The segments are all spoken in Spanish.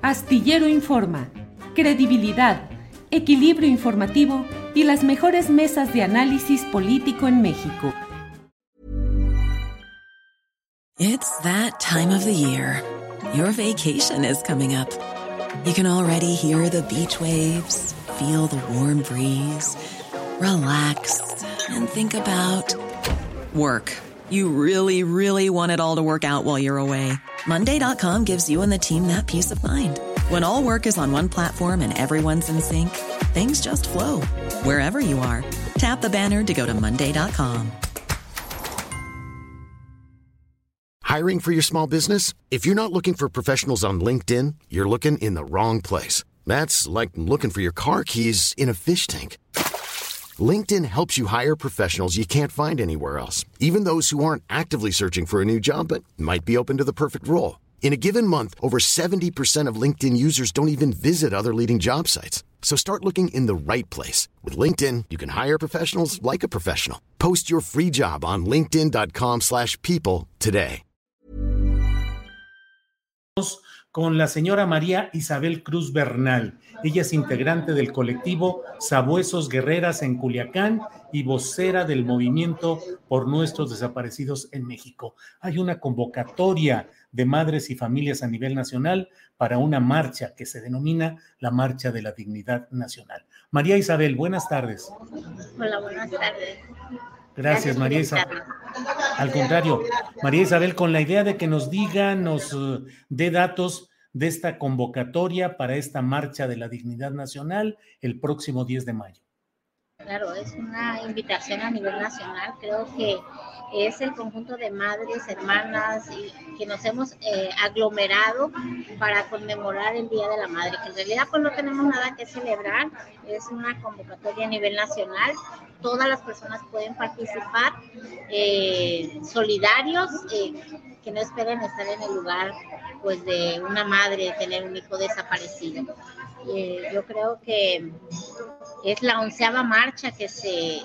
Astillero Informa, credibilidad, equilibrio informativo y las mejores mesas de análisis político en México. It's that time of the year. Your vacation is coming up. You can already hear the beach waves, feel the warm breeze, relax, and think about work. You really, really want it all to work out while you're away. Monday.com gives you and the team that peace of mind. When all work is on one platform and everyone's in sync, things just flow. Wherever you are, tap the banner to go to Monday.com. Hiring for your small business? If you're not looking for professionals on LinkedIn, you're looking in the wrong place. That's like looking for your car keys in a fish tank. LinkedIn helps you hire professionals you can't find anywhere else, even those who aren't actively searching for a new job but might be open to the perfect role. In a given month, over 70% of LinkedIn users don't even visit other leading job sites. So start looking in the right place. With LinkedIn, you can hire professionals like a professional. Post your free job on linkedin.com/people today. Con la señora María Isabel Cruz Bernal. Ella es integrante del colectivo Sabuesos Guerreras en Culiacán y vocera del movimiento por nuestros desaparecidos en México. Hay una convocatoria de madres y familias a nivel nacional para una marcha que se denomina la Marcha de la Dignidad Nacional. María Isabel, buenas tardes. Hola, buenas tardes. Gracias, María Isabel. Al contrario, María Isabel, con la idea de que nos diga, nos dé datos de esta convocatoria para esta Marcha de la Dignidad Nacional el próximo 10 de mayo. Claro, es una invitación a nivel nacional. Creo que es el conjunto de madres, hermanas que nos hemos aglomerado para conmemorar el Día de la Madre, que en realidad pues no tenemos nada que celebrar, es una convocatoria a nivel nacional. Todas las personas pueden participar, solidarios, que no esperen estar en el lugar pues de una madre, tener un hijo desaparecido. Yo creo que es la 11ª marcha que se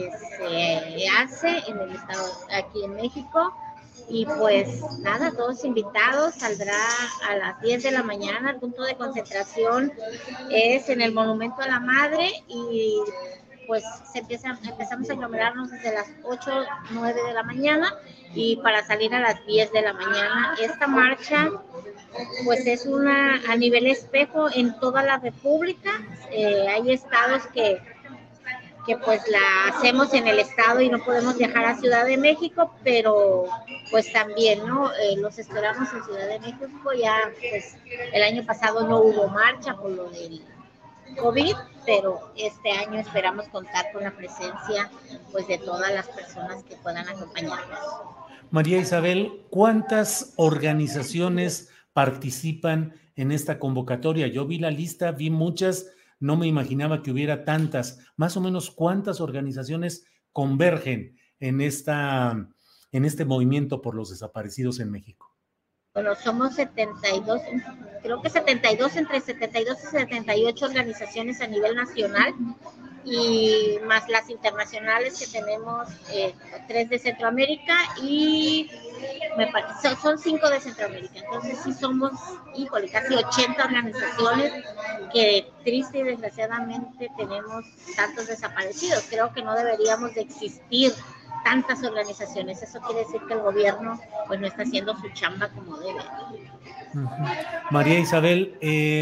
hace en el estado, aquí en México, y pues nada, todos invitados. Saldrá a las 10 de la mañana. El punto de concentración es en el Monumento a la Madre y pues empezamos a aglomerarnos desde las 8, 9 de la mañana y para salir a las 10 de la mañana. Esta marcha pues es una a nivel espejo en toda la República. Hay estados que pues la hacemos en el estado y no podemos viajar a Ciudad de México, pero pues también, ¿no? Los esperamos en Ciudad de México. Ya pues el año pasado no hubo marcha por lo del COVID, pero este año esperamos contar con la presencia pues de todas las personas que puedan acompañarnos. María Isabel, ¿cuántas organizaciones participan en esta convocatoria? Yo vi la lista, vi muchas, no me imaginaba que hubiera tantas. Más o menos, ¿cuántas organizaciones convergen en este movimiento por los desaparecidos en México? Bueno, somos 72, creo que 72, entre 72 y 78 organizaciones a nivel nacional, y más las internacionales que tenemos, 3 de Centroamérica y son 5 de Centroamérica. Entonces sí somos, híjole, casi 80 organizaciones que triste y desgraciadamente tenemos tantos desaparecidos. Creo que no deberíamos de existir tantas organizaciones. Eso quiere decir que el gobierno pues no está haciendo su chamba como debe. María Isabel,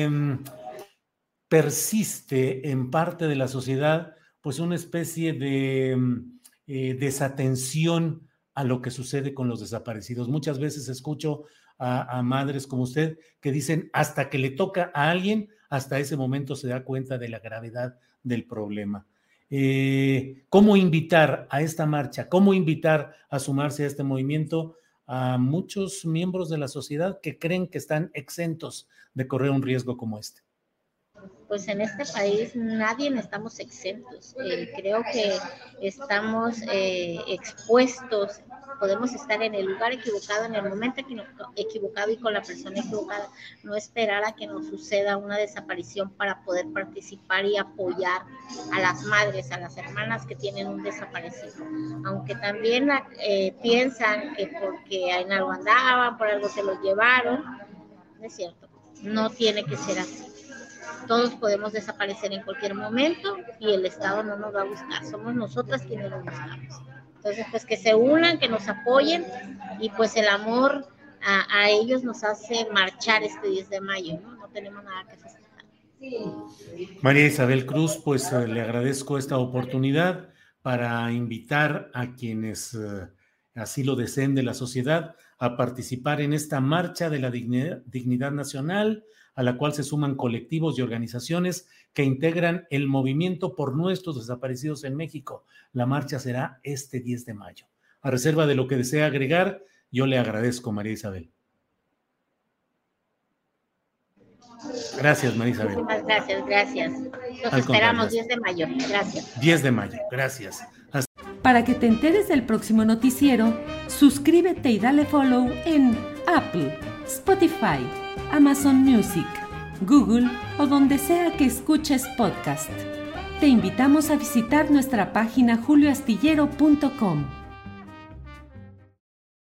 persiste en parte de la sociedad pues una especie de desatención a lo que sucede con los desaparecidos. Muchas veces escucho a madres como usted que dicen hasta que le toca a alguien, hasta ese momento se da cuenta de la gravedad del problema. ¿Cómo invitar a esta marcha? ¿Cómo invitar a sumarse a este movimiento a muchos miembros de la sociedad que creen que están exentos de correr un riesgo como este? Pues en este país nadie estamos exentos. Creo que estamos expuestos, podemos estar en el lugar equivocado, en el momento equivocado y con la persona equivocada. No esperar a que nos suceda una desaparición para poder participar y apoyar a las madres, a las hermanas que tienen un desaparecido. Aunque también piensan que porque en algo andaban, por algo se los llevaron, no es cierto. no tiene que ser así. Todos podemos desaparecer en cualquier momento y el Estado no nos va a buscar, somos nosotras quienes nos buscamos. Entonces, pues que se unan, que nos apoyen y pues el amor a ellos nos hace marchar este 10 de mayo, ¿no? No tenemos nada que festejar. María Isabel Cruz, pues le agradezco esta oportunidad para invitar a quienes así lo deseen de la sociedad a participar en esta marcha de la dignidad nacional, a la cual se suman colectivos y organizaciones que integran el movimiento por nuestros desaparecidos en México. La marcha será este 10 de mayo. A reserva de lo que desea agregar, yo le agradezco, María Isabel. Gracias, María Isabel. Muchísimas gracias. Los esperamos 10 de mayo. Gracias. 10 de mayo, gracias. Para que te enteres del próximo noticiero, suscríbete y dale follow en Apple, Spotify, Amazon Music, Google o donde sea que escuches podcast. Te invitamos a visitar nuestra página julioastillero.com.